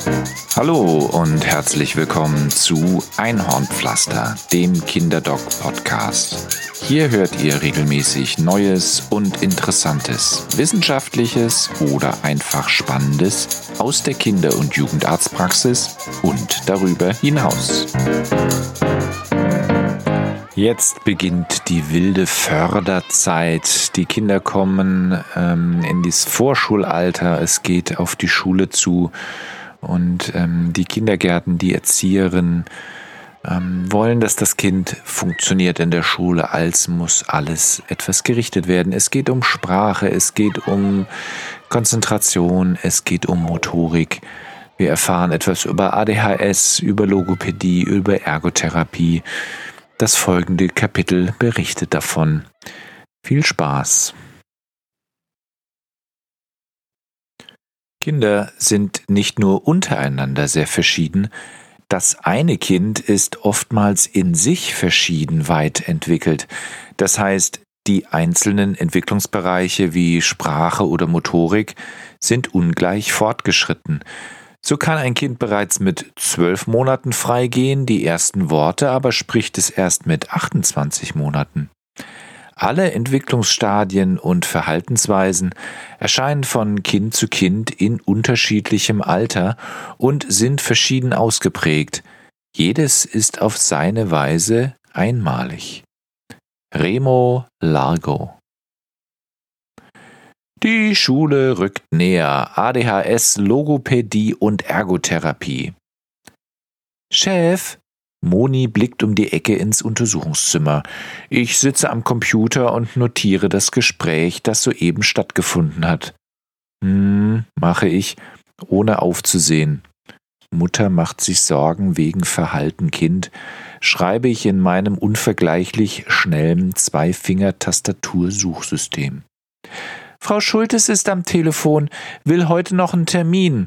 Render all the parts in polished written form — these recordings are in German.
Hallo und herzlich willkommen zu Einhornpflaster, dem Kinderdoc-Podcast. Hier hört ihr regelmäßig Neues und Interessantes, Wissenschaftliches oder einfach Spannendes aus der Kinder- und Jugendarztpraxis und darüber hinaus. Jetzt beginnt die wilde Förderzeit. Die Kinder kommen in das Vorschulalter. Es geht auf die Schule zu. Und die Kindergärten, die Erzieherinnen wollen, dass das Kind funktioniert in der Schule, als muss alles etwas gerichtet werden. Es geht um Sprache, es geht um Konzentration, es geht um Motorik. Wir erfahren etwas über ADHS, über Logopädie, über Ergotherapie. Das folgende Kapitel berichtet davon. Viel Spaß! Kinder sind nicht nur untereinander sehr verschieden, das eine Kind ist oftmals in sich verschieden weit entwickelt. Das heißt, die einzelnen Entwicklungsbereiche wie Sprache oder Motorik sind ungleich fortgeschritten. So kann ein Kind bereits mit 12 Monaten freigehen, die ersten Worte aber spricht es erst mit 28 Monaten. Alle Entwicklungsstadien und Verhaltensweisen erscheinen von Kind zu Kind in unterschiedlichem Alter und sind verschieden ausgeprägt. Jedes ist auf seine Weise einmalig. Remo Largo. Die Schule rückt näher. ADHS, Logopädie und Ergotherapie. Chef, Moni blickt um die Ecke ins Untersuchungszimmer. Ich sitze am Computer und notiere das Gespräch, das soeben stattgefunden hat. Mache ich, ohne aufzusehen. Mutter macht sich Sorgen wegen Verhalten Kind, schreibe ich in meinem unvergleichlich schnellen Zweifinger-Tastatursuchsystem. Frau Schultes ist am Telefon, will heute noch einen Termin.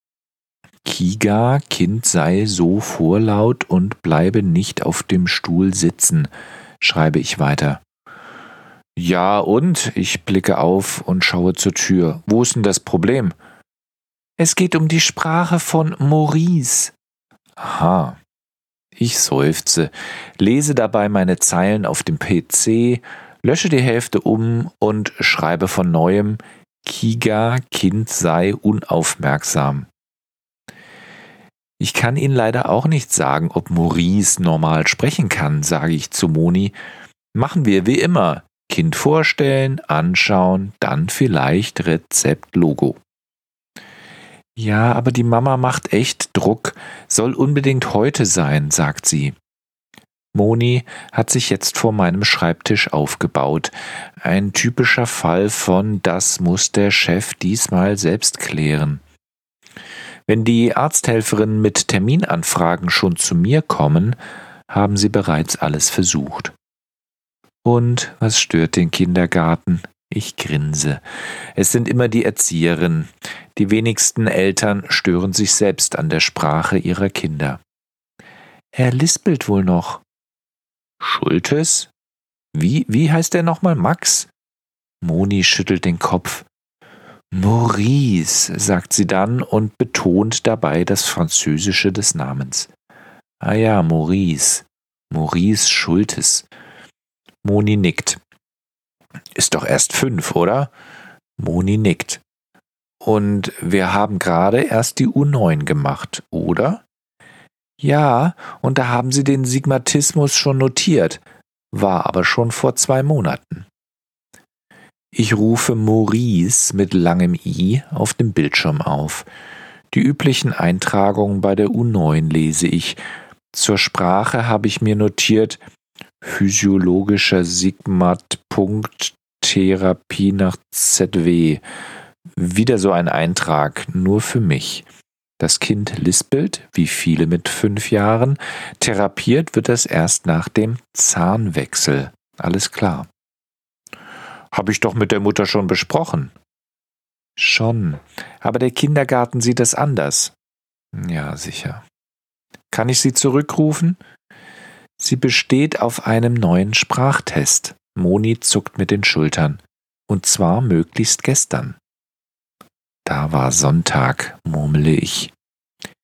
Kiga, Kind sei so vorlaut und bleibe nicht auf dem Stuhl sitzen, schreibe ich weiter. Ja und? Ich blicke auf und schaue zur Tür. Wo ist denn das Problem? Es geht um die Sprache von Maurice. Aha. Ich seufze, lese dabei meine Zeilen auf dem PC, lösche die Hälfte um und schreibe von neuem, Kiga, Kind sei unaufmerksam. Ich kann Ihnen leider auch nicht sagen, ob Maurice normal sprechen kann, sage ich zu Moni. Machen wir wie immer. Kind vorstellen, anschauen, dann vielleicht Rezept, Logo. Ja, aber die Mama macht echt Druck, soll unbedingt heute sein, sagt sie. Moni hat sich jetzt vor meinem Schreibtisch aufgebaut. Ein typischer Fall von das muss der Chef diesmal selbst klären. Wenn die Arzthelferinnen mit Terminanfragen schon zu mir kommen, haben sie bereits alles versucht. Und was stört den Kindergarten? Ich grinse. Es sind immer die Erzieherinnen. Die wenigsten Eltern stören sich selbst an der Sprache ihrer Kinder. Er lispelt wohl noch. Schultes? Wie heißt er nochmal? Max? Moni schüttelt den Kopf. Maurice, sagt sie dann und betont dabei das Französische des Namens. Ah ja, Maurice. Maurice Schultes. Moni nickt. Ist doch erst 5, oder? Moni nickt. Und wir haben gerade erst die U9 gemacht, oder? Ja, und da haben Sie den Sigmatismus schon notiert, war aber schon vor 2 Monaten. Ich rufe Maurice mit langem I auf dem Bildschirm auf. Die üblichen Eintragungen bei der U9 lese ich. Zur Sprache habe ich mir notiert, physiologischer Sigmat-Punkt Therapie nach ZW. Wieder so ein Eintrag, nur für mich. Das Kind lispelt, wie viele mit 5 Jahren. Therapiert wird es erst nach dem Zahnwechsel. Alles klar. Habe ich doch mit der Mutter schon besprochen. Schon, aber der Kindergarten sieht es anders. Ja, sicher. Kann ich sie zurückrufen? Sie besteht auf einem neuen Sprachtest. Moni zuckt mit den Schultern. Und zwar möglichst gestern. Da war Sonntag, murmle ich.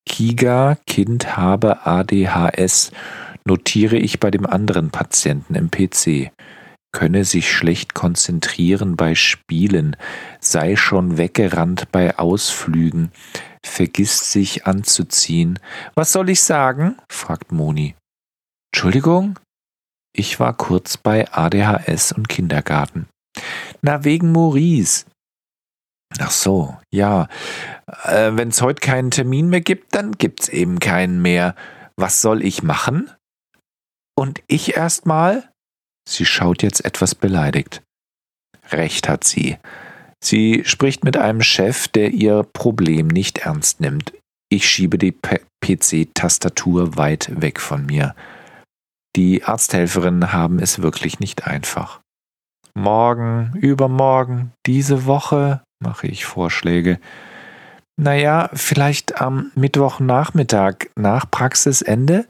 Kiga, Kind habe ADHS, notiere ich bei dem anderen Patienten im PC. Könne sich schlecht konzentrieren bei Spielen, sei schon weggerannt bei Ausflügen, vergisst sich anzuziehen. Was soll ich sagen? Fragt Moni. Entschuldigung? Ich war kurz bei ADHS und Kindergarten. Na, wegen Maurice. Ach so, ja. Wenn es heute keinen Termin mehr gibt, dann gibt's eben keinen mehr. Was soll ich machen? Und ich erstmal? Sie schaut jetzt etwas beleidigt. Recht hat sie. Sie spricht mit einem Chef, der ihr Problem nicht ernst nimmt. Ich schiebe die PC-Tastatur weit weg von mir. Die Arzthelferinnen haben es wirklich nicht einfach. Morgen, übermorgen, diese Woche mache ich Vorschläge. Naja, vielleicht am Mittwochnachmittag nach Praxisende?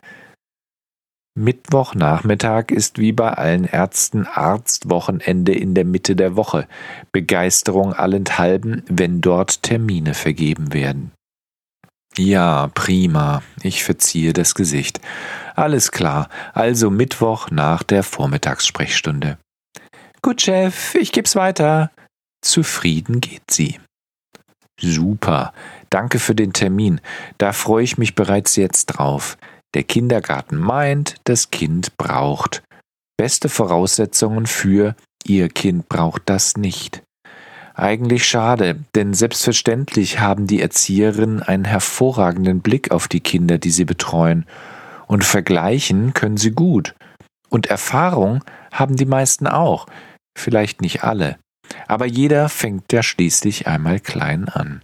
Mittwochnachmittag ist wie bei allen Ärzten Arztwochenende in der Mitte der Woche. Begeisterung allenthalben, wenn dort Termine vergeben werden. Ja, prima. Ich verziehe das Gesicht. Alles klar, also Mittwoch nach der Vormittagssprechstunde. Gut, Chef, ich geb's weiter. Zufrieden geht sie. Super, danke für den Termin. Da freue ich mich bereits jetzt drauf. Der Kindergarten meint, das Kind braucht. Beste Voraussetzungen für Ihr Kind braucht das nicht. Eigentlich schade, denn selbstverständlich haben die Erzieherinnen einen hervorragenden Blick auf die Kinder, die sie betreuen. Und vergleichen können sie gut. Und Erfahrung haben die meisten auch. Vielleicht nicht alle. Aber jeder fängt ja schließlich einmal klein an.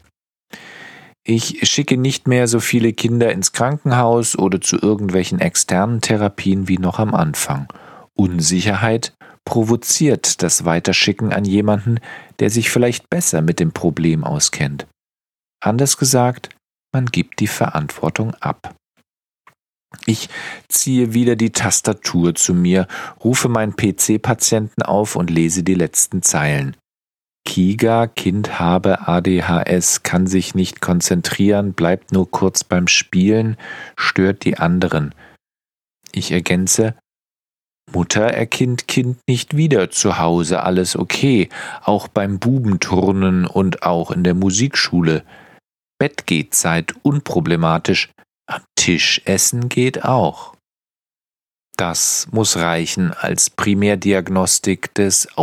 Ich schicke nicht mehr so viele Kinder ins Krankenhaus oder zu irgendwelchen externen Therapien wie noch am Anfang. Unsicherheit provoziert das Weiterschicken an jemanden, der sich vielleicht besser mit dem Problem auskennt. Anders gesagt, man gibt die Verantwortung ab. Ich ziehe wieder die Tastatur zu mir, rufe meinen PC-Patienten auf und lese die letzten Zeilen. Kiga, Kind habe ADHS, kann sich nicht konzentrieren, bleibt nur kurz beim Spielen, stört die anderen. Ich ergänze, Mutter erkennt Kind nicht wieder, zu Hause alles okay, auch beim Bubenturnen und auch in der Musikschule. Bettgehzeit unproblematisch, am Tisch essen geht auch. Das muss reichen als Primärdiagnostik des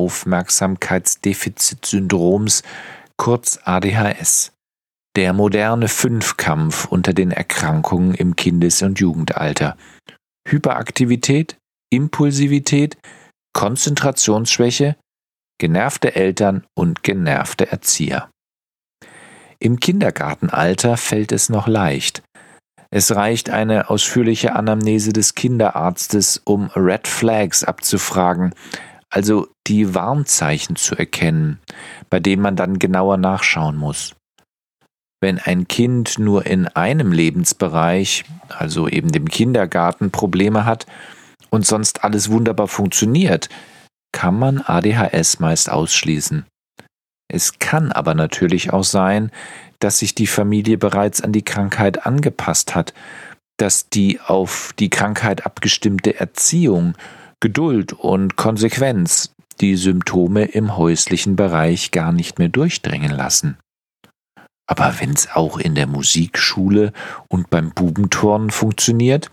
Aufmerksamkeitsdefizitsyndroms, kurz ADHS. Der moderne Fünfkampf unter den Erkrankungen im Kindes- und Jugendalter. Hyperaktivität, Impulsivität, Konzentrationsschwäche, genervte Eltern und genervte Erzieher. Im Kindergartenalter fällt es noch leicht. Es reicht eine ausführliche Anamnese des Kinderarztes, um Red Flags abzufragen, also die Warnzeichen zu erkennen, bei denen man dann genauer nachschauen muss. Wenn ein Kind nur in einem Lebensbereich, also eben dem Kindergarten, Probleme hat und sonst alles wunderbar funktioniert, kann man ADHS meist ausschließen. Es kann aber natürlich auch sein, dass sich die Familie bereits an die Krankheit angepasst hat, dass die auf die Krankheit abgestimmte Erziehung, Geduld und Konsequenz die Symptome im häuslichen Bereich gar nicht mehr durchdringen lassen. Aber wenn es auch in der Musikschule und beim Bubenturnen funktioniert?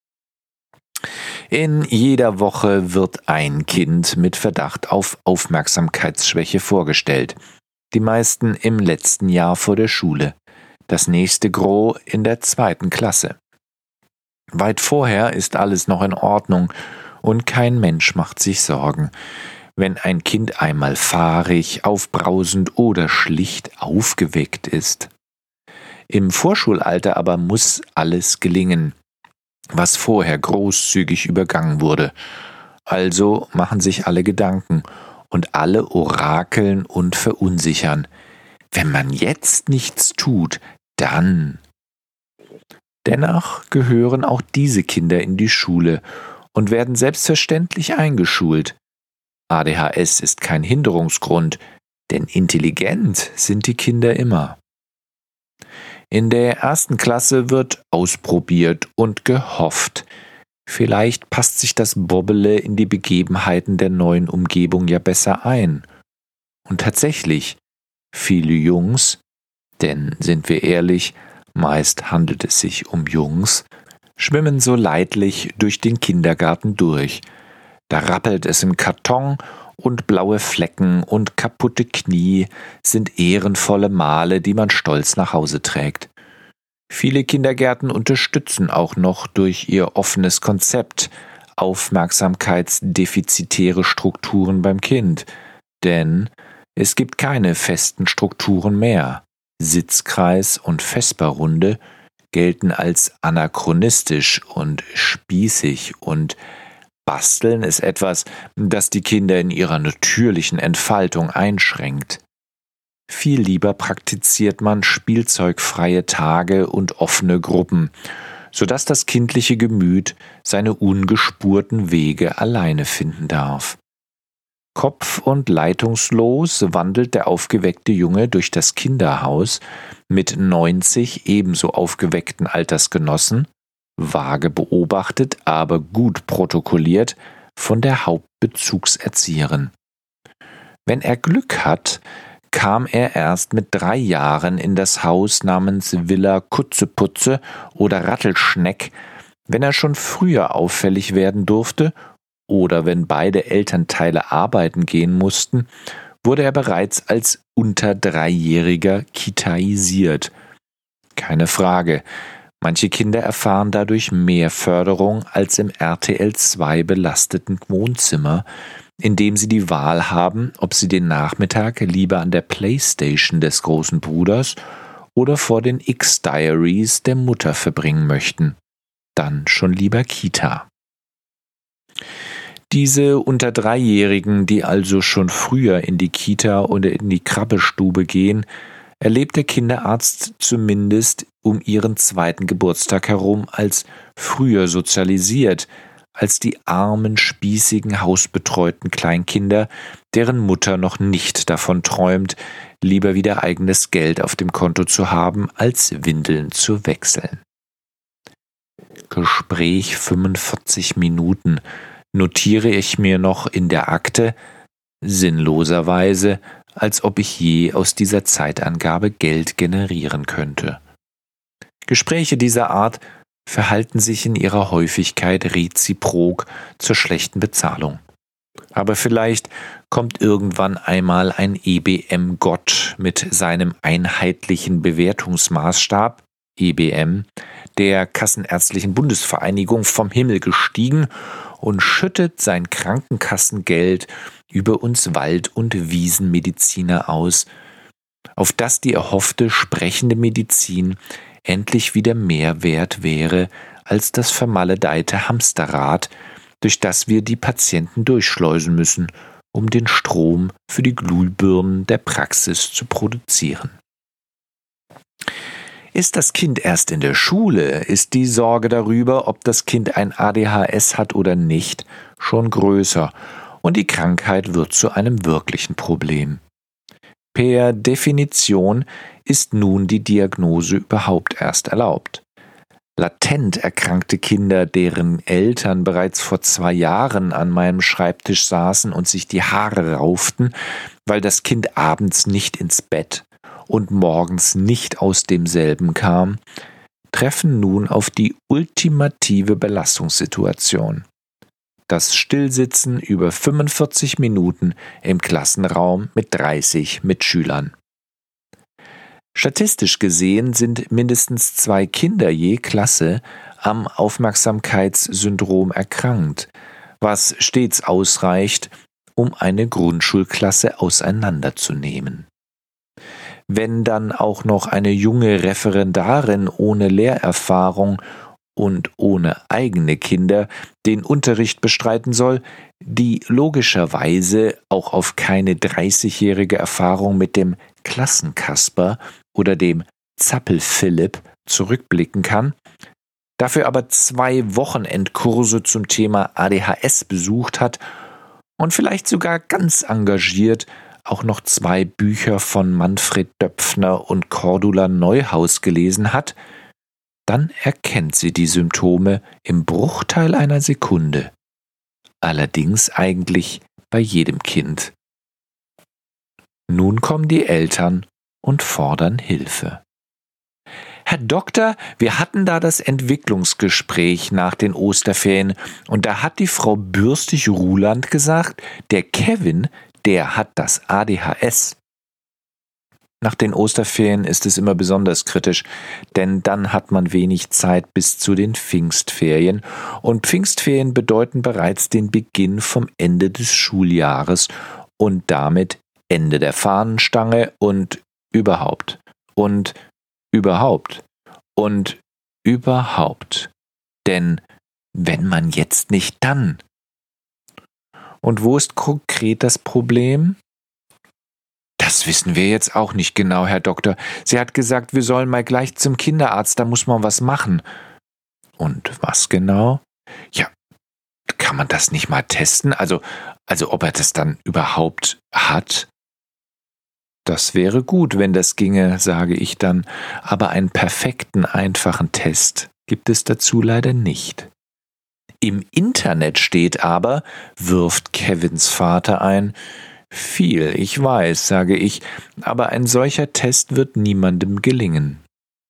In jeder Woche wird ein Kind mit Verdacht auf Aufmerksamkeitsschwäche vorgestellt. Die meisten im letzten Jahr vor der Schule. Das nächste Gros in der 2. Klasse. Weit vorher ist alles noch in Ordnung und kein Mensch macht sich Sorgen. Wenn ein Kind einmal fahrig, aufbrausend oder schlicht aufgeweckt ist. Im Vorschulalter aber muss alles gelingen, was vorher großzügig übergangen wurde. Also machen sich alle Gedanken und alle orakeln und verunsichern. Wenn man jetzt nichts tut, dann. Dennoch gehören auch diese Kinder in die Schule und werden selbstverständlich eingeschult. ADHS ist kein Hinderungsgrund, denn intelligent sind die Kinder immer. In der 1. Klasse wird ausprobiert und gehofft. Vielleicht passt sich das Bobbele in die Begebenheiten der neuen Umgebung ja besser ein. Und tatsächlich, viele Jungs, denn sind wir ehrlich, meist handelt es sich um Jungs, schwimmen so leidlich durch den Kindergarten durch. Da rappelt es im Karton und blaue Flecken und kaputte Knie sind ehrenvolle Male, die man stolz nach Hause trägt. Viele Kindergärten unterstützen auch noch durch ihr offenes Konzept aufmerksamkeitsdefizitäre Strukturen beim Kind, denn es gibt keine festen Strukturen mehr. Sitzkreis und Vesperrunde gelten als anachronistisch und spießig und Basteln ist etwas, das die Kinder in ihrer natürlichen Entfaltung einschränkt. Viel lieber praktiziert man spielzeugfreie Tage und offene Gruppen, sodass das kindliche Gemüt seine ungespurten Wege alleine finden darf. Kopf- und leitungslos wandelt der aufgeweckte Junge durch das Kinderhaus mit 90 ebenso aufgeweckten Altersgenossen, vage beobachtet, aber gut protokolliert von der Hauptbezugserzieherin. Wenn er Glück hat, kam er erst mit 3 Jahren in das Haus namens Villa Kutzeputze oder Rattelschneck, wenn er schon früher auffällig werden durfte oder wenn beide Elternteile arbeiten gehen mussten, wurde er bereits als unter 3-Jähriger kitaisiert. Keine Frage, manche Kinder erfahren dadurch mehr Förderung als im RTL 2 belasteten Wohnzimmer, in dem sie die Wahl haben, ob sie den Nachmittag lieber an der Playstation des großen Bruders oder vor den X-Diaries der Mutter verbringen möchten. Dann schon lieber Kita. Diese unter 3-Jährigen, die also schon früher in die Kita oder in die Krabbelstube gehen, erlebt der Kinderarzt zumindest um ihren 2. Geburtstag herum als früher sozialisiert, als die armen, spießigen, hausbetreuten Kleinkinder, deren Mutter noch nicht davon träumt, lieber wieder eigenes Geld auf dem Konto zu haben, als Windeln zu wechseln. Gespräch 45 Minuten, notiere ich mir noch in der Akte, sinnloserweise, als ob ich je aus dieser Zeitangabe Geld generieren könnte. Gespräche dieser Art verhalten sich in ihrer Häufigkeit reziprok zur schlechten Bezahlung. Aber vielleicht kommt irgendwann einmal ein EBM-Gott mit seinem einheitlichen Bewertungsmaßstab, EBM, der Kassenärztlichen Bundesvereinigung vom Himmel gestiegen und schüttet sein Krankenkassengeld über uns Wald- und Wiesenmediziner aus, auf dass die erhoffte sprechende Medizin endlich wieder mehr wert wäre als das vermaledeite Hamsterrad, durch das wir die Patienten durchschleusen müssen, um den Strom für die Glühbirnen der Praxis zu produzieren. Ist das Kind erst in der Schule, ist die Sorge darüber, ob das Kind ein ADHS hat oder nicht, schon größer und die Krankheit wird zu einem wirklichen Problem. Per Definition ist nun die Diagnose überhaupt erst erlaubt. Latent erkrankte Kinder, deren Eltern bereits vor 2 Jahren an meinem Schreibtisch saßen und sich die Haare rauften, weil das Kind abends nicht ins Bett und morgens nicht aus demselben kam, treffen nun auf die ultimative Belastungssituation. Das Stillsitzen über 45 Minuten im Klassenraum mit 30 Mitschülern. Statistisch gesehen sind mindestens 2 Kinder je Klasse am Aufmerksamkeitssyndrom erkrankt, was stets ausreicht, um eine Grundschulklasse auseinanderzunehmen. Wenn dann auch noch eine junge Referendarin ohne Lehrerfahrung und ohne eigene Kinder den Unterricht bestreiten soll, die logischerweise auch auf keine 30-jährige Erfahrung mit dem Klassenkasper oder dem Zappel-Philipp zurückblicken kann, dafür aber 2 Wochenendkurse zum Thema ADHS besucht hat und vielleicht sogar ganz engagiert auch noch 2 Bücher von Manfred Döpfner und Cordula Neuhaus gelesen hat, dann erkennt sie die Symptome im Bruchteil einer Sekunde. Allerdings eigentlich bei jedem Kind. Nun kommen die Eltern und fordern Hilfe. Herr Doktor, wir hatten da das Entwicklungsgespräch nach den Osterferien und da hat die Frau Bürstig-Ruhland gesagt, der Kevin, der hat das ADHS. Nach den Osterferien ist es immer besonders kritisch, denn dann hat man wenig Zeit bis zu den Pfingstferien und Pfingstferien bedeuten bereits den Beginn vom Ende des Schuljahres und damit Ende der Fahnenstange und überhaupt. Denn wenn man jetzt nicht, dann. Und wo ist konkret das Problem? Das wissen wir jetzt auch nicht genau, Herr Doktor. Sie hat gesagt, wir sollen mal gleich zum Kinderarzt, da muss man was machen. Und was genau? Ja, kann man das nicht mal testen? Also ob er das dann überhaupt hat? Das wäre gut, wenn das ginge, sage ich dann, aber einen perfekten, einfachen Test gibt es dazu leider nicht. Im Internet steht aber, wirft Kevins Vater ein, viel, ich weiß, sage ich, aber ein solcher Test wird niemandem gelingen.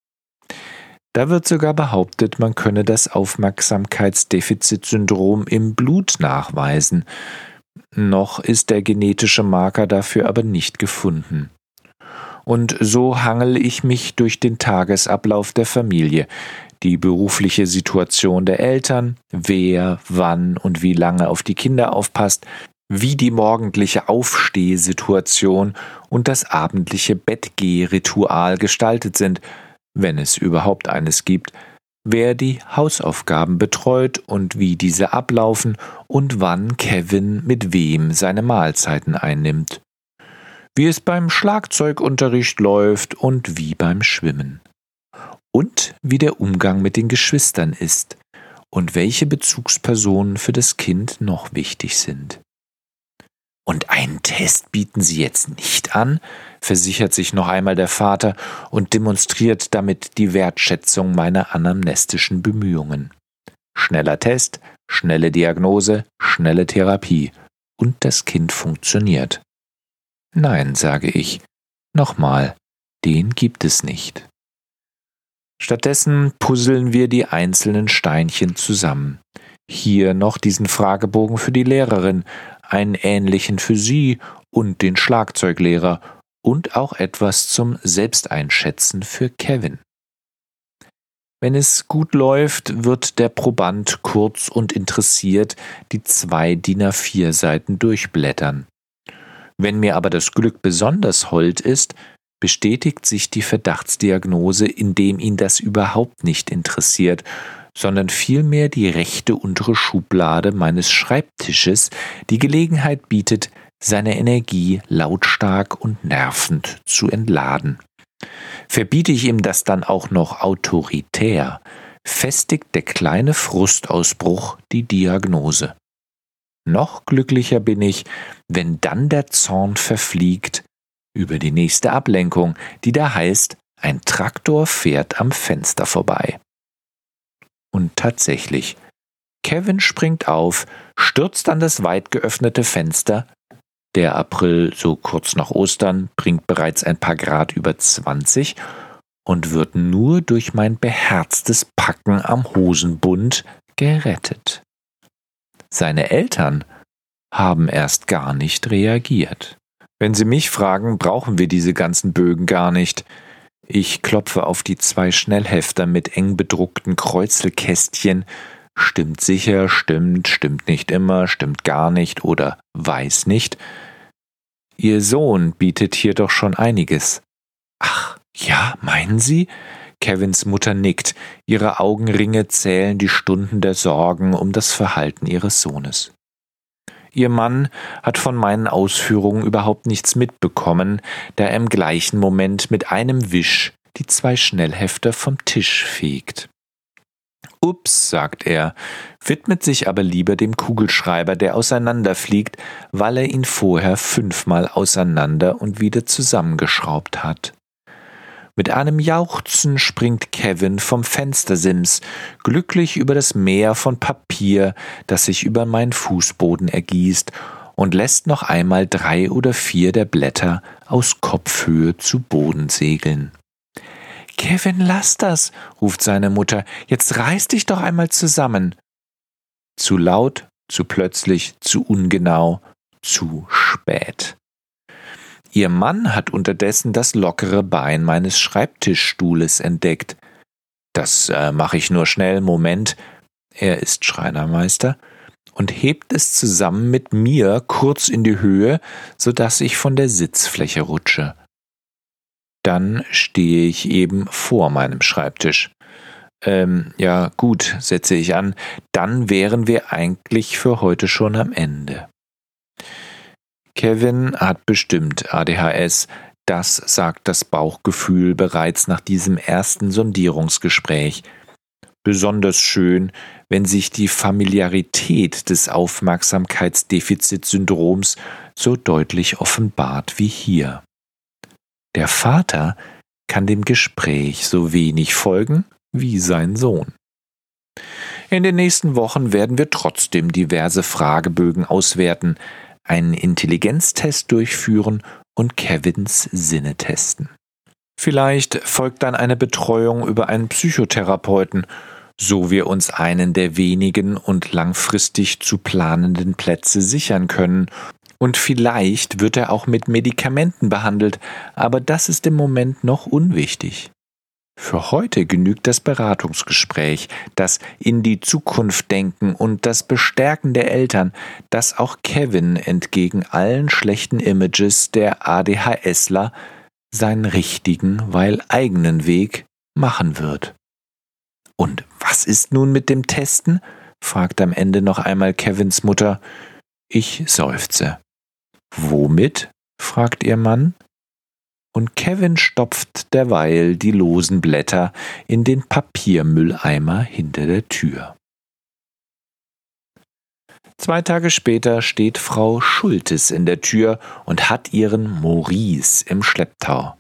Da wird sogar behauptet, man könne das Aufmerksamkeitsdefizitsyndrom im Blut nachweisen. Noch ist der genetische Marker dafür aber nicht gefunden. Und so hangele ich mich durch den Tagesablauf der Familie, die berufliche Situation der Eltern, wer, wann und wie lange auf die Kinder aufpasst, wie die morgendliche Aufstehsituation und das abendliche Bettgehritual gestaltet sind, wenn es überhaupt eines gibt, wer die Hausaufgaben betreut und wie diese ablaufen und wann Kevin mit wem seine Mahlzeiten einnimmt, wie es beim Schlagzeugunterricht läuft und wie beim Schwimmen. Und wie der Umgang mit den Geschwistern ist und welche Bezugspersonen für das Kind noch wichtig sind. Und einen Test bieten Sie jetzt nicht an, versichert sich noch einmal der Vater und demonstriert damit die Wertschätzung meiner anamnestischen Bemühungen. Schneller Test, schnelle Diagnose, schnelle Therapie und das Kind funktioniert. Nein, sage ich. Nochmal, den gibt es nicht. Stattdessen puzzeln wir die einzelnen Steinchen zusammen. Hier noch diesen Fragebogen für die Lehrerin, einen ähnlichen für sie und den Schlagzeuglehrer und auch etwas zum Selbsteinschätzen für Kevin. Wenn es gut läuft, wird der Proband kurz und interessiert die 2 DIN A4 Seiten durchblättern. Wenn mir aber das Glück besonders hold ist, bestätigt sich die Verdachtsdiagnose, indem ihn das überhaupt nicht interessiert, sondern vielmehr die rechte untere Schublade meines Schreibtisches die Gelegenheit bietet, seine Energie lautstark und nervend zu entladen. Verbiete ich ihm das dann auch noch autoritär, festigt der kleine Frustausbruch die Diagnose. Noch glücklicher bin ich, wenn dann der Zorn verfliegt über die nächste Ablenkung, die da heißt, ein Traktor fährt am Fenster vorbei. Und tatsächlich, Kevin springt auf, stürzt an das weit geöffnete Fenster. Der April, so kurz nach Ostern, bringt bereits ein paar Grad über 20 und wird nur durch mein beherztes Packen am Hosenbund gerettet. Seine Eltern haben erst gar nicht reagiert. Wenn Sie mich fragen, brauchen wir diese ganzen Bögen gar nicht. Ich klopfe auf die 2 Schnellhefter mit eng bedruckten Kreuzelkästchen. Stimmt sicher, stimmt nicht immer, stimmt gar nicht oder weiß nicht. Ihr Sohn bietet hier doch schon einiges. Ach, ja, meinen Sie? Kevins Mutter nickt. Ihre Augenringe zählen die Stunden der Sorgen um das Verhalten ihres Sohnes. Ihr Mann hat von meinen Ausführungen überhaupt nichts mitbekommen, da er im gleichen Moment mit einem Wisch die 2 Schnellhefter vom Tisch fegt. Ups, sagt er, widmet sich aber lieber dem Kugelschreiber, der auseinanderfliegt, weil er ihn vorher 5-mal auseinander und wieder zusammengeschraubt hat. Mit einem Jauchzen springt Kevin vom Fenstersims, glücklich über das Meer von Papier, das sich über meinen Fußboden ergießt, und lässt noch einmal 3 oder 4 der Blätter aus Kopfhöhe zu Boden segeln. »Kevin, lass das«, ruft seine Mutter, »jetzt reiß dich doch einmal zusammen.« Zu laut, zu plötzlich, zu ungenau, zu spät. Ihr Mann hat unterdessen das lockere Bein meines Schreibtischstuhles entdeckt. »Das mache ich nur schnell, Moment«, er ist Schreinermeister, und hebt es zusammen mit mir kurz in die Höhe, sodass ich von der Sitzfläche rutsche. Dann stehe ich eben vor meinem Schreibtisch. Ja gut, setze ich an, dann wären wir eigentlich für heute schon am Ende. Kevin hat bestimmt ADHS, das sagt das Bauchgefühl bereits nach diesem ersten Sondierungsgespräch. Besonders schön, wenn sich die Familiarität des Aufmerksamkeitsdefizitsyndroms so deutlich offenbart wie hier. Der Vater kann dem Gespräch so wenig folgen wie sein Sohn. In den nächsten Wochen werden wir trotzdem diverse Fragebögen auswerten, einen Intelligenztest durchführen und Kevins Sinne testen. Vielleicht folgt dann eine Betreuung über einen Psychotherapeuten, so wir uns einen der wenigen und langfristig zu planenden Plätze sichern können. Und vielleicht wird er auch mit Medikamenten behandelt, aber das ist im Moment noch unwichtig. Für heute genügt das Beratungsgespräch, das in die Zukunft denken und das Bestärken der Eltern, dass auch Kevin entgegen allen schlechten Images der ADHSler seinen richtigen, weil eigenen Weg machen wird. Und was ist nun mit dem Testen? Fragt am Ende noch einmal Kevins Mutter. Ich seufze. Womit? Fragt ihr Mann. Und Kevin stopft derweil die losen Blätter in den Papiermülleimer hinter der Tür. 2 Tage später steht Frau Schultes in der Tür und hat ihren Maurice im Schlepptau.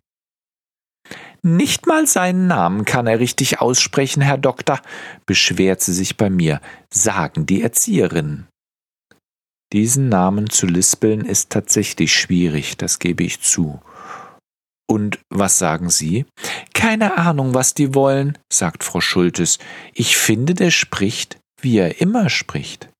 »Nicht mal seinen Namen kann er richtig aussprechen, Herr Doktor«, beschwert sie sich bei mir, sagen die Erzieherinnen. Diesen Namen zu lispeln ist tatsächlich schwierig, das gebe ich zu. Und was sagen Sie? »Keine Ahnung, was die wollen«, sagt Frau Schultes. »Ich finde, der spricht, wie er immer spricht.«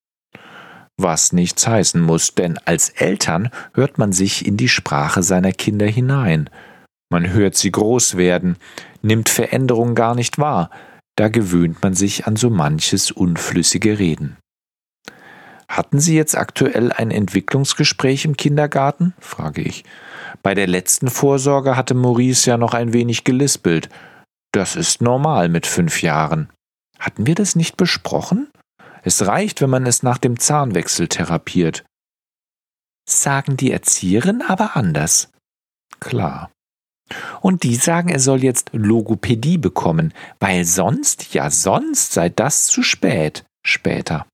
Was nichts heißen muss, denn als Eltern hört man sich in die Sprache seiner Kinder hinein. Man hört sie groß werden, nimmt Veränderungen gar nicht wahr, da gewöhnt man sich an so manches unflüssige Reden. »Hatten Sie jetzt aktuell ein Entwicklungsgespräch im Kindergarten?«, frage ich. »Bei der letzten Vorsorge hatte Maurice ja noch ein wenig gelispelt. Das ist normal mit 5 Jahren. Hatten wir das nicht besprochen? Es reicht, wenn man es nach dem Zahnwechsel therapiert.« Sagen die Erzieherinnen aber anders. Klar. Und die sagen, er soll jetzt Logopädie bekommen, weil sonst sei das zu spät, später.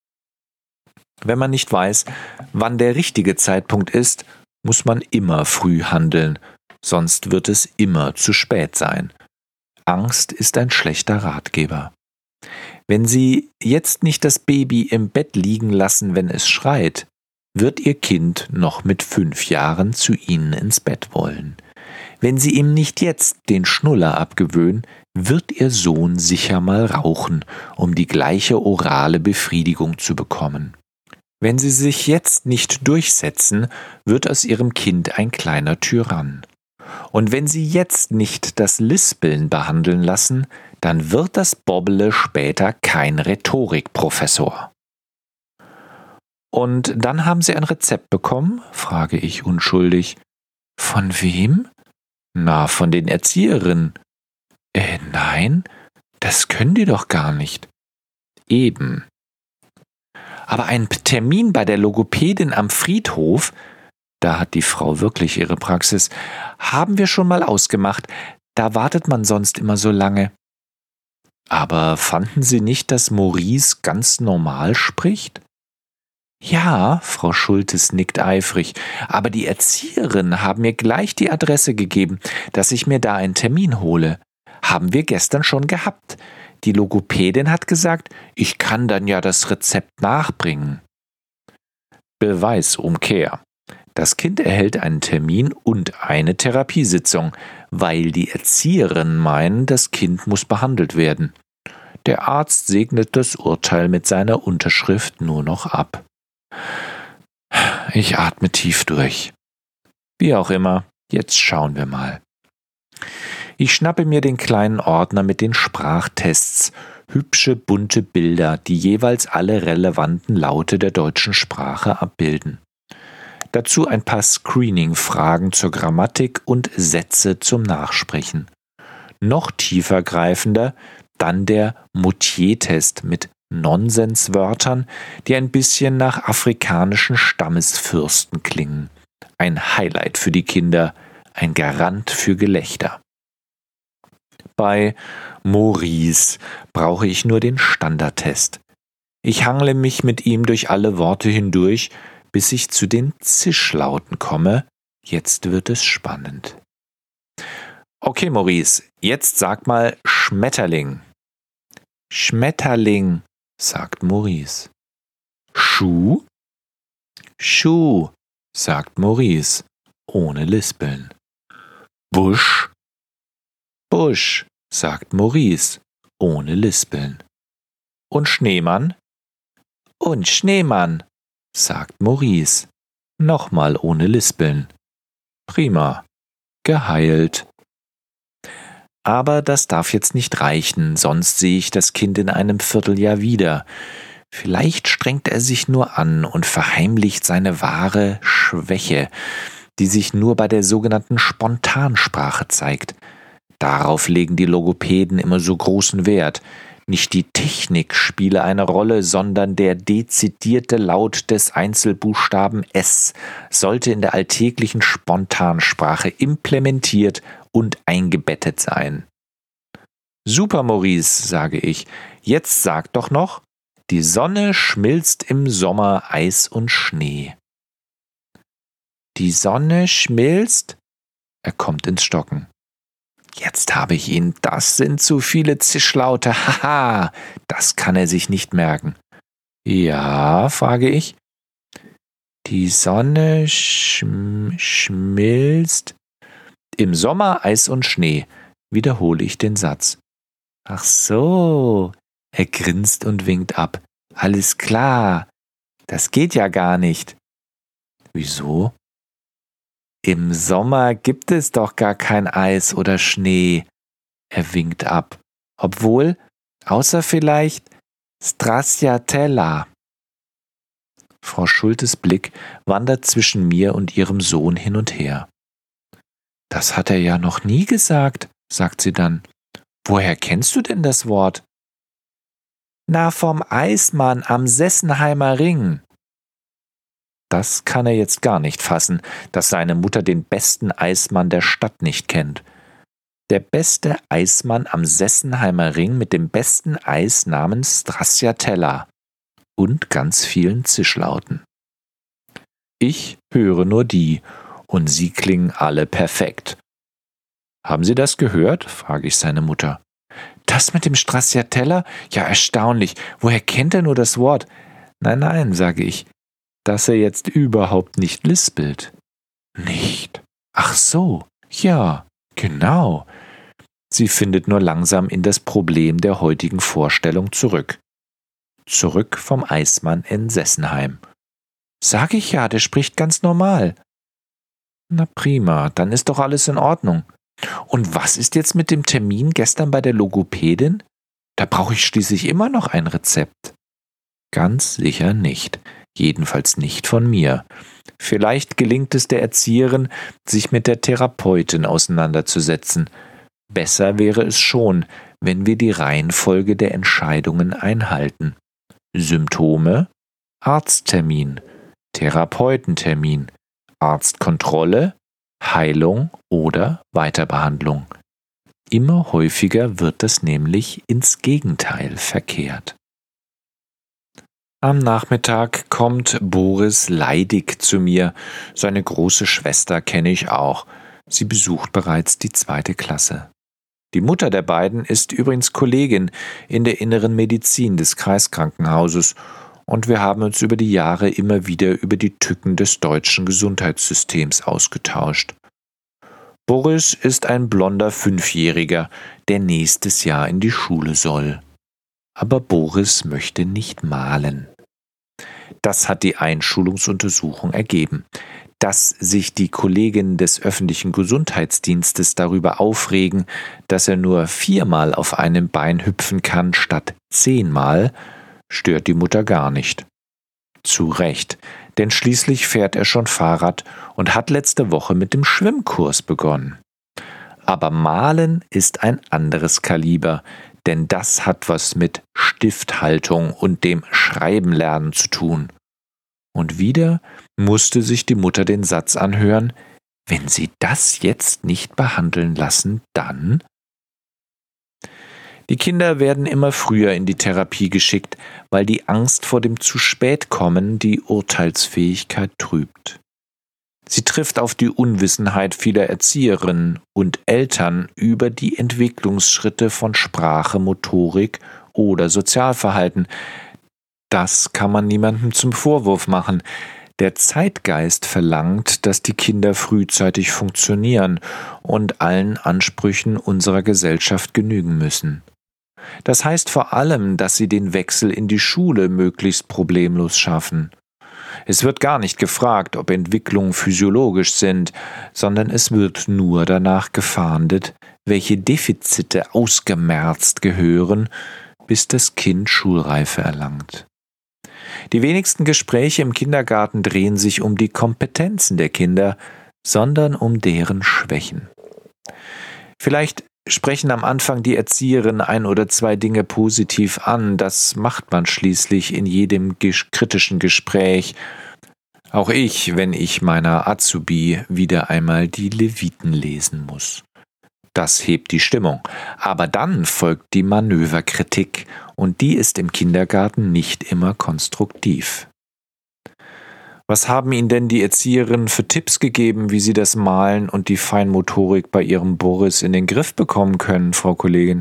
Wenn man nicht weiß, wann der richtige Zeitpunkt ist, muss man immer früh handeln, sonst wird es immer zu spät sein. Angst ist ein schlechter Ratgeber. Wenn Sie jetzt nicht das Baby im Bett liegen lassen, wenn es schreit, wird Ihr Kind noch mit 5 Jahren zu Ihnen ins Bett wollen. Wenn Sie ihm nicht jetzt den Schnuller abgewöhnen, wird Ihr Sohn sicher mal rauchen, um die gleiche orale Befriedigung zu bekommen. Wenn Sie sich jetzt nicht durchsetzen, wird aus Ihrem Kind ein kleiner Tyrann. Und wenn Sie jetzt nicht das Lispeln behandeln lassen, dann wird das Bobbele später kein Rhetorikprofessor. Und dann haben Sie ein Rezept bekommen? Frage ich unschuldig. Von wem? Na, von den Erzieherinnen. Nein, das können die doch gar nicht. Eben. Aber einen Termin bei der Logopädin am Friedhof, da hat die Frau wirklich ihre Praxis, haben wir schon mal ausgemacht. Da wartet man sonst immer so lange. Aber fanden Sie nicht, dass Maurice ganz normal spricht? Ja, Frau Schultes nickt eifrig, aber die Erzieherinnen haben mir gleich die Adresse gegeben, dass ich mir da einen Termin hole. Haben wir gestern schon gehabt. Die Logopädin hat gesagt, ich kann dann ja das Rezept nachbringen. Beweisumkehr. Das Kind erhält einen Termin und eine Therapiesitzung, weil die Erzieherinnen meinen, das Kind muss behandelt werden. Der Arzt segnet das Urteil mit seiner Unterschrift nur noch ab. Ich atme tief durch. Wie auch immer, jetzt schauen wir mal. Ich schnappe mir den kleinen Ordner mit den Sprachtests, hübsche bunte Bilder, die jeweils alle relevanten Laute der deutschen Sprache abbilden. Dazu ein paar Screening-Fragen zur Grammatik und Sätze zum Nachsprechen. Noch tiefergreifender dann der Moutier-Test mit Nonsenswörtern, die ein bisschen nach afrikanischen Stammesfürsten klingen. Ein Highlight für die Kinder, ein Garant für Gelächter. Bei Maurice brauche ich nur den Standardtest. Ich hangle mich mit ihm durch alle Worte hindurch, bis ich zu den Zischlauten komme. Jetzt wird es spannend. Okay, Maurice, jetzt sag mal Schmetterling. Schmetterling, sagt Maurice. Schuh? Schuh, sagt Maurice, ohne Lispeln. Busch? Busch, sagt Maurice, ohne Lispeln. Und Schneemann? Und Schneemann, sagt Maurice, nochmal ohne Lispeln. Prima, geheilt. Aber das darf jetzt nicht reichen, sonst sehe ich das Kind in einem Vierteljahr wieder. Vielleicht strengt er sich nur an und verheimlicht seine wahre Schwäche, die sich nur bei der sogenannten Spontansprache zeigt. Darauf legen die Logopäden immer so großen Wert. Nicht die Technik spiele eine Rolle, sondern der dezidierte Laut des Einzelbuchstaben S sollte in der alltäglichen Spontansprache implementiert und eingebettet sein. Super, Maurice, sage ich. Jetzt sag doch noch, die Sonne schmilzt im Sommer Eis und Schnee. Die Sonne schmilzt? Er kommt ins Stocken. Jetzt habe ich ihn, das sind zu viele Zischlaute, haha, das kann er sich nicht merken. Ja, frage ich. Die Sonne schmilzt. Im Sommer Eis und Schnee, wiederhole ich den Satz. Ach so, er grinst und winkt ab. Alles klar, das geht ja gar nicht. Wieso? Im Sommer gibt es doch gar kein Eis oder Schnee. Er winkt ab. Obwohl, außer vielleicht Stracciatella. Frau Schultes Blick wandert zwischen mir und ihrem Sohn hin und her. Das hat er ja noch nie gesagt, sagt sie dann. Woher kennst du denn das Wort? Na, vom Eismann am Sessenheimer Ring. Das kann er jetzt gar nicht fassen, dass seine Mutter den besten Eismann der Stadt nicht kennt. Der beste Eismann am Sessenheimer Ring mit dem besten Eis namens Stracciatella und ganz vielen Zischlauten. Ich höre nur die, und sie klingen alle perfekt. Haben Sie das gehört? Frage ich seine Mutter. Das mit dem Stracciatella? Ja, erstaunlich. Woher kennt er nur das Wort? Nein, sage ich. Dass er jetzt überhaupt nicht lispelt. Nicht? Ach so, ja, genau. Sie findet nur langsam in das Problem der heutigen Vorstellung zurück. Zurück vom Eismann in Sessenheim. Sag ich ja, der spricht ganz normal. Na prima, dann ist doch alles in Ordnung. Und was ist jetzt mit dem Termin gestern bei der Logopädin? Da brauche ich schließlich immer noch ein Rezept. Ganz sicher nicht. Jedenfalls nicht von mir. Vielleicht gelingt es der Erzieherin, sich mit der Therapeutin auseinanderzusetzen. Besser wäre es schon, wenn wir die Reihenfolge der Entscheidungen einhalten. Symptome, Arzttermin, Therapeutentermin, Arztkontrolle, Heilung oder Weiterbehandlung. Immer häufiger wird das nämlich ins Gegenteil verkehrt. Am Nachmittag kommt Boris leidig zu mir. Seine große Schwester kenne ich auch. Sie besucht bereits die 2. Klasse. Die Mutter der beiden ist übrigens Kollegin in der inneren Medizin des Kreiskrankenhauses und wir haben uns über die Jahre immer wieder über die Tücken des deutschen Gesundheitssystems ausgetauscht. Boris ist ein blonder 5-Jähriger, der nächstes Jahr in die Schule soll. Aber Boris möchte nicht malen. Das hat die Einschulungsuntersuchung ergeben. Dass sich die Kolleginnen des öffentlichen Gesundheitsdienstes darüber aufregen, dass er nur 4-mal auf einem Bein hüpfen kann statt 10-mal, stört die Mutter gar nicht. Zu Recht, denn schließlich fährt er schon Fahrrad und hat letzte Woche mit dem Schwimmkurs begonnen. Aber Malen ist ein anderes Kaliber, denn das hat was mit Stifthaltung und dem Schreibenlernen zu tun. Und wieder musste sich die Mutter den Satz anhören: Wenn Sie das jetzt nicht behandeln lassen, dann? Die Kinder werden immer früher in die Therapie geschickt, weil die Angst vor dem zu spät kommen die Urteilsfähigkeit trübt. Sie trifft auf die Unwissenheit vieler Erzieherinnen und Eltern über die Entwicklungsschritte von Sprache, Motorik oder Sozialverhalten. Das kann man niemandem zum Vorwurf machen. Der Zeitgeist verlangt, dass die Kinder frühzeitig funktionieren und allen Ansprüchen unserer Gesellschaft genügen müssen. Das heißt vor allem, dass sie den Wechsel in die Schule möglichst problemlos schaffen. Es wird gar nicht gefragt, ob Entwicklungen physiologisch sind, sondern es wird nur danach gefahndet, welche Defizite ausgemerzt gehören, bis das Kind Schulreife erlangt. Die wenigsten Gespräche im Kindergarten drehen sich um die Kompetenzen der Kinder, sondern um deren Schwächen. Vielleicht sprechen am Anfang die Erzieherinnen 1 oder 2 Dinge positiv an, das macht man schließlich in jedem kritischen Gespräch. Auch ich, wenn ich meiner Azubi wieder einmal die Leviten lesen muss. Das hebt die Stimmung. Aber dann folgt die Manöverkritik und die ist im Kindergarten nicht immer konstruktiv. Was haben Ihnen denn die Erzieherinnen für Tipps gegeben, wie Sie das Malen und die Feinmotorik bei Ihrem Boris in den Griff bekommen können, Frau Kollegin?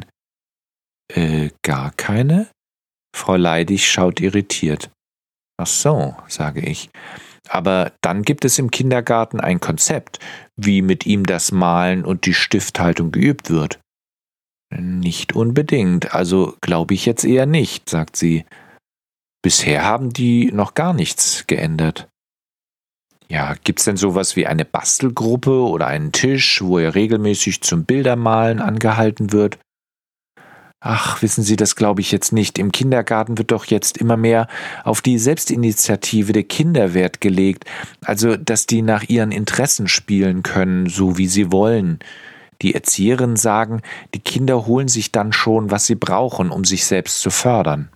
Gar keine? Frau Leidig schaut irritiert. Ach so, sage ich. Aber dann gibt es im Kindergarten ein Konzept, wie mit ihm das Malen und die Stifthaltung geübt wird. Nicht unbedingt, also glaube ich jetzt eher nicht, sagt sie. Bisher haben die noch gar nichts geändert. Ja, gibt's denn sowas wie eine Bastelgruppe oder einen Tisch, wo er regelmäßig zum Bildermalen angehalten wird? Ach, wissen Sie, das glaube ich jetzt nicht. Im Kindergarten wird doch jetzt immer mehr auf die Selbstinitiative der Kinder Wert gelegt, also dass die nach ihren Interessen spielen können, so wie sie wollen. Die Erzieherinnen sagen, die Kinder holen sich dann schon, was sie brauchen, um sich selbst zu fördern.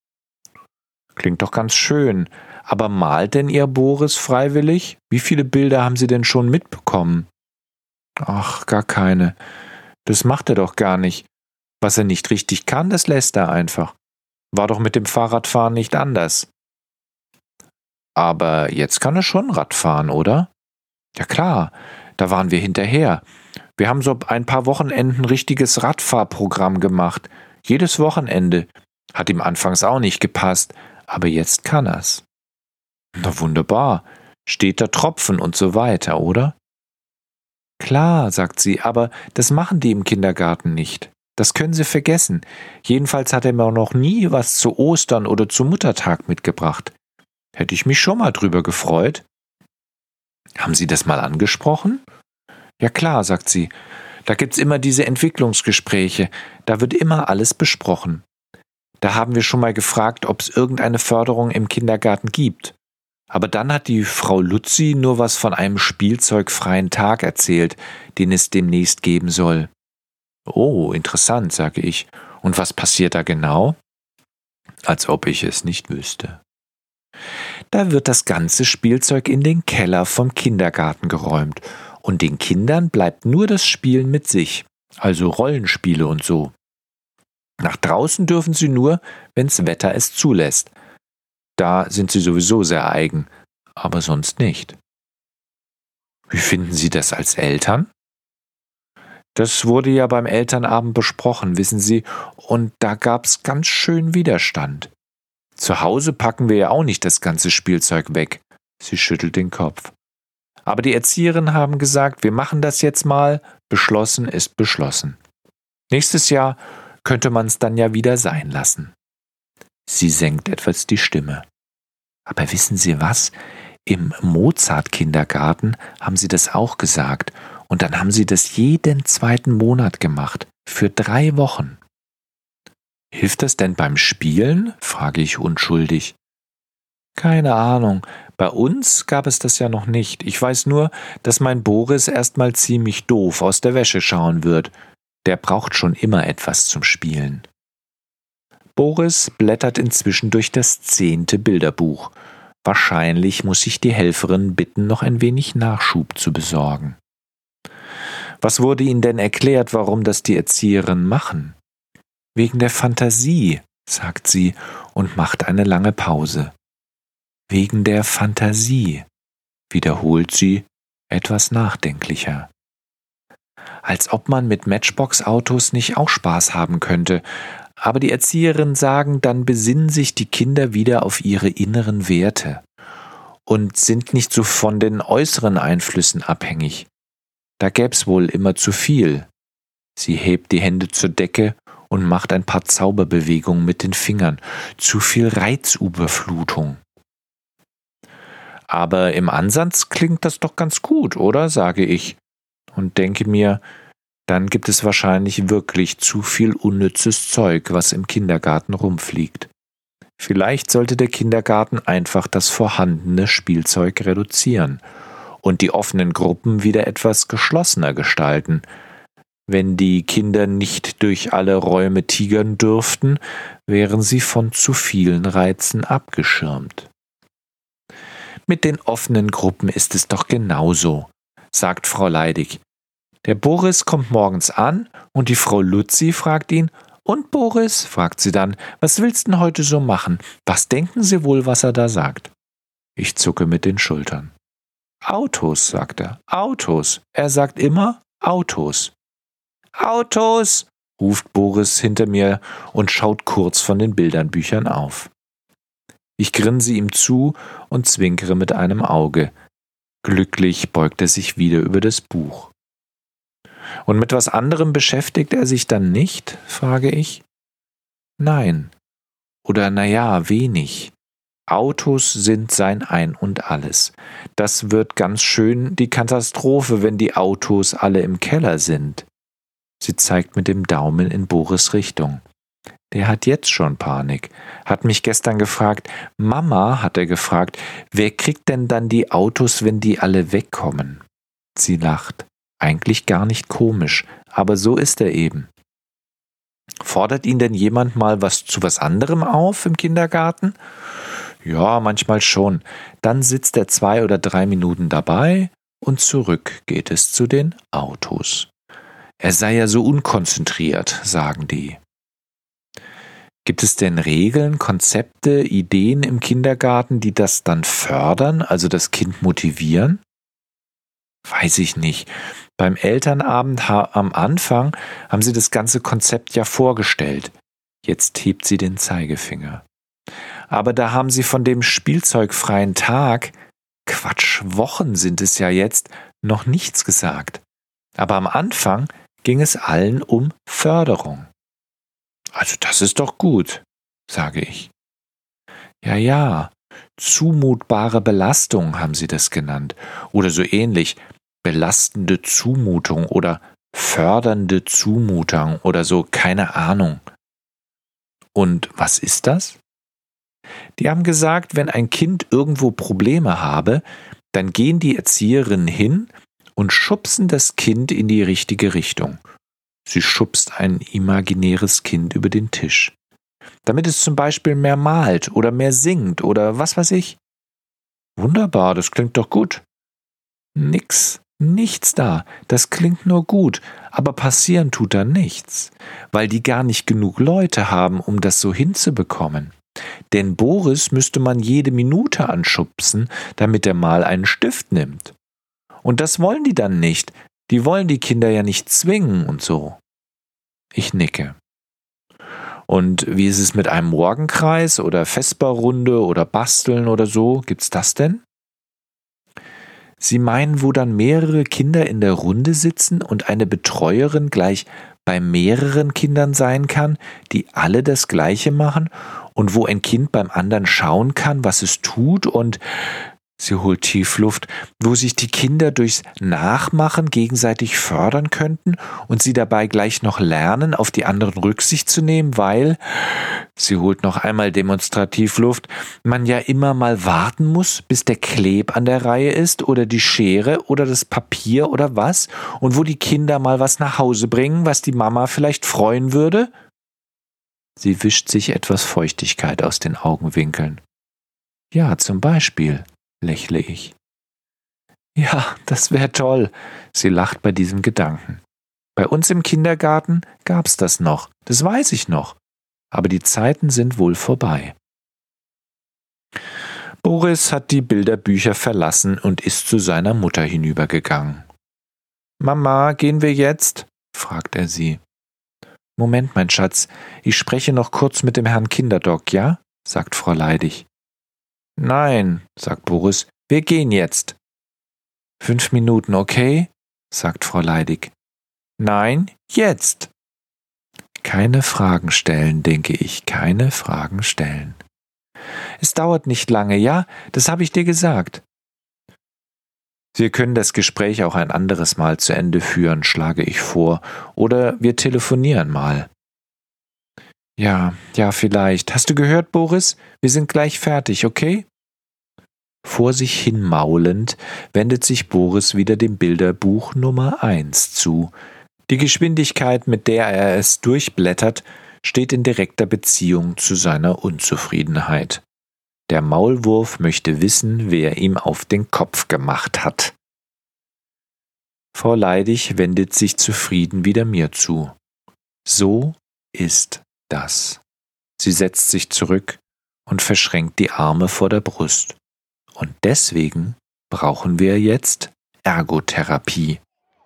Klingt doch ganz schön. Aber malt denn Ihr Boris freiwillig? Wie viele Bilder haben Sie denn schon mitbekommen? Ach, gar keine. Das macht er doch gar nicht. Was er nicht richtig kann, das lässt er einfach. War doch mit dem Fahrradfahren nicht anders. Aber jetzt kann er schon Rad fahren, oder? Ja klar, da waren wir hinterher. Wir haben so ein paar Wochenenden ein richtiges Radfahrprogramm gemacht. Jedes Wochenende. Hat ihm anfangs auch nicht gepasst, aber jetzt kann er's. Na wunderbar, steht da Tropfen und so weiter, oder? Klar, sagt sie, aber das machen die im Kindergarten nicht. Das können Sie vergessen. Jedenfalls hat er mir noch nie was zu Ostern oder zu Muttertag mitgebracht. Hätte ich mich schon mal drüber gefreut. Haben Sie das mal angesprochen? Ja klar, sagt sie. Da gibt's immer diese Entwicklungsgespräche. Da wird immer alles besprochen. Da haben wir schon mal gefragt, ob es irgendeine Förderung im Kindergarten gibt. Aber dann hat die Frau Luzi nur was von einem spielzeugfreien Tag erzählt, den es demnächst geben soll. Oh, interessant, sage ich. Und was passiert da genau? Als ob ich es nicht wüsste. Da wird das ganze Spielzeug in den Keller vom Kindergarten geräumt und den Kindern bleibt nur das Spielen mit sich. also Rollenspiele und so. Nach draußen dürfen sie nur, wenn's Wetter es zulässt. Da sind sie sowieso sehr eigen, aber sonst nicht. Wie finden Sie das als Eltern? Das wurde ja beim Elternabend besprochen, wissen Sie, und da gab's ganz schön Widerstand. Zu Hause packen wir ja auch nicht das ganze Spielzeug weg. Sie schüttelt den Kopf. Aber die Erzieherinnen haben gesagt, wir machen das jetzt mal, beschlossen ist beschlossen. Nächstes Jahr könnte man es dann ja wieder sein lassen. Sie senkt etwas die Stimme. Aber wissen Sie was? Im Mozart-Kindergarten haben sie das auch gesagt. Und dann haben sie das jeden zweiten Monat gemacht. Für 3 Wochen. Hilft das denn beim Spielen? Frage ich unschuldig. Keine Ahnung. Bei uns gab es das ja noch nicht. Ich weiß nur, dass mein Boris erstmal ziemlich doof aus der Wäsche schauen wird. Der braucht schon immer etwas zum Spielen. Boris blättert inzwischen durch das 10. Bilderbuch. Wahrscheinlich muss ich die Helferin bitten, noch ein wenig Nachschub zu besorgen. Was wurde Ihnen denn erklärt, warum das die Erzieherinnen machen? Wegen der Fantasie, sagt sie und macht eine lange Pause. Wegen der Fantasie, wiederholt sie, etwas nachdenklicher. Als ob man mit Matchbox-Autos nicht auch Spaß haben könnte, aber die Erzieherinnen sagen, dann besinnen sich die Kinder wieder auf ihre inneren Werte und sind nicht so von den äußeren Einflüssen abhängig. Da gäb's wohl immer zu viel. Sie hebt die Hände zur Decke und macht ein paar Zauberbewegungen mit den Fingern. Zu viel Reizüberflutung. Aber im Ansatz klingt das doch ganz gut, oder? Sage ich und denke mir, dann gibt es wahrscheinlich wirklich zu viel unnützes Zeug, was im Kindergarten rumfliegt. Vielleicht sollte der Kindergarten einfach das vorhandene Spielzeug reduzieren und die offenen Gruppen wieder etwas geschlossener gestalten. Wenn die Kinder nicht durch alle Räume tigern dürften, wären sie von zu vielen Reizen abgeschirmt. Mit den offenen Gruppen ist es doch genauso, sagt Frau Leidig. Der Boris kommt morgens an und die Frau Luzi fragt ihn, und Boris, fragt sie dann, was willst denn heute so machen? Was denken Sie wohl, was er da sagt? Ich zucke mit den Schultern. Autos, sagt er, Autos. Er sagt immer Autos. Autos, ruft Boris hinter mir und schaut kurz von den Bildernbüchern auf. Ich grinse ihm zu und zwinkere mit einem Auge. Glücklich beugt er sich wieder über das Buch. Und mit was anderem beschäftigt er sich dann nicht, frage ich. Nein. Oder naja, wenig. Autos sind sein Ein und Alles. Das wird ganz schön die Katastrophe, wenn die Autos alle im Keller sind. Sie zeigt mit dem Daumen in Boris' Richtung. Der hat jetzt schon Panik. Hat mich gestern gefragt, Mama, hat er gefragt, wer kriegt denn dann die Autos, wenn die alle wegkommen? Sie lacht. Eigentlich gar nicht komisch, aber so ist er eben. Fordert ihn denn jemand mal zu was anderem auf im Kindergarten? Ja, manchmal schon. Dann sitzt er 2 oder 3 Minuten dabei und zurück geht es zu den Autos. Er sei ja so unkonzentriert, sagen die. Gibt es denn Regeln, Konzepte, Ideen im Kindergarten, die das dann fördern, also das Kind motivieren? Weiß ich nicht. Beim Elternabend am Anfang haben sie das ganze Konzept ja vorgestellt. Jetzt hebt sie den Zeigefinger. Aber da haben sie von dem spielzeugfreien Tag, Quatsch, Wochen sind es ja jetzt, noch nichts gesagt. Aber am Anfang ging es allen um Förderung. Also das ist doch gut, sage ich. Ja, zumutbare Belastung haben sie das genannt. Oder so ähnlich, belastende Zumutung oder fördernde Zumutung oder so, keine Ahnung. Und was ist das? Die haben gesagt, wenn ein Kind irgendwo Probleme habe, dann gehen die Erzieherinnen hin und schubsen das Kind in die richtige Richtung. Sie schubst ein imaginäres Kind über den Tisch, damit es zum Beispiel mehr malt oder mehr singt oder was weiß ich. Wunderbar, das klingt doch gut. Nix, Nichts da, das klingt nur gut, aber passieren tut da nichts, weil die gar nicht genug Leute haben, um das so hinzubekommen. Denn Boris müsste man jede Minute anschubsen, damit er mal einen Stift nimmt. Und das wollen die dann nicht, die wollen die Kinder ja nicht zwingen und so. Ich nicke. Und wie ist es mit einem Morgenkreis oder Vesperrunde oder Basteln oder so? Gibt's das denn? Sie meinen, wo dann mehrere Kinder in der Runde sitzen und eine Betreuerin gleich bei mehreren Kindern sein kann, die alle das Gleiche machen und wo ein Kind beim anderen schauen kann, was es tut und sie holt Tiefluft, wo sich die Kinder durchs Nachmachen gegenseitig fördern könnten und sie dabei gleich noch lernen, auf die anderen Rücksicht zu nehmen, weil, sie holt noch einmal demonstrativ Luft, man ja immer mal warten muss, bis der Kleb an der Reihe ist oder die Schere oder das Papier oder was und wo die Kinder mal was nach Hause bringen, was die Mama vielleicht freuen würde? Sie wischt sich etwas Feuchtigkeit aus den Augenwinkeln. Ja, zum Beispiel, lächle ich. Ja, das wäre toll. Sie lacht bei diesem Gedanken. Bei uns im Kindergarten gab's das noch, das weiß ich noch. Aber die Zeiten sind wohl vorbei. Boris hat die Bilderbücher verlassen und ist zu seiner Mutter hinübergegangen. Mama, gehen wir jetzt? Fragt er sie. Moment, mein Schatz, ich spreche noch kurz mit dem Herrn Kinderdoc, ja? Sagt Frau Leidig. Nein, sagt Boris, wir gehen jetzt. 5 Minuten, okay? Sagt Frau Leidig. Nein, jetzt. Keine Fragen stellen, denke ich, keine Fragen stellen. Es dauert nicht lange, ja? Das habe ich dir gesagt. Wir können das Gespräch auch ein anderes Mal zu Ende führen, schlage ich vor, oder wir telefonieren mal. Ja, vielleicht. Hast du gehört, Boris? Wir sind gleich fertig, okay? Vor sich hin maulend wendet sich Boris wieder dem Bilderbuch Nummer 1 zu. Die Geschwindigkeit, mit der er es durchblättert, steht in direkter Beziehung zu seiner Unzufriedenheit. Der Maulwurf möchte wissen, wer ihm auf den Kopf gemacht hat. Frau Leidig wendet sich zufrieden wieder mir zu. So ist das. Sie setzt sich zurück und verschränkt die Arme vor der Brust. Und deswegen brauchen wir jetzt Ergotherapie.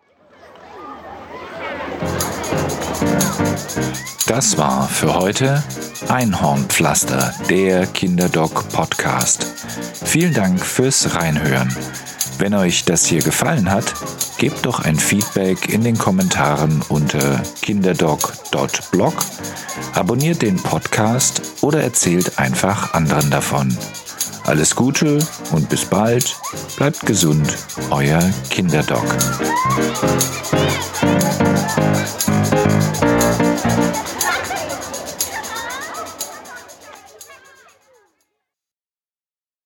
Das war für heute Einhornpflaster, der Kinderdoc-Podcast. Vielen Dank fürs Reinhören. Wenn euch das hier gefallen hat, gebt doch ein Feedback in den Kommentaren unter kinderdoc.blog, abonniert den Podcast oder erzählt einfach anderen davon. Alles Gute und bis bald. Bleibt gesund, euer Kinderdoc.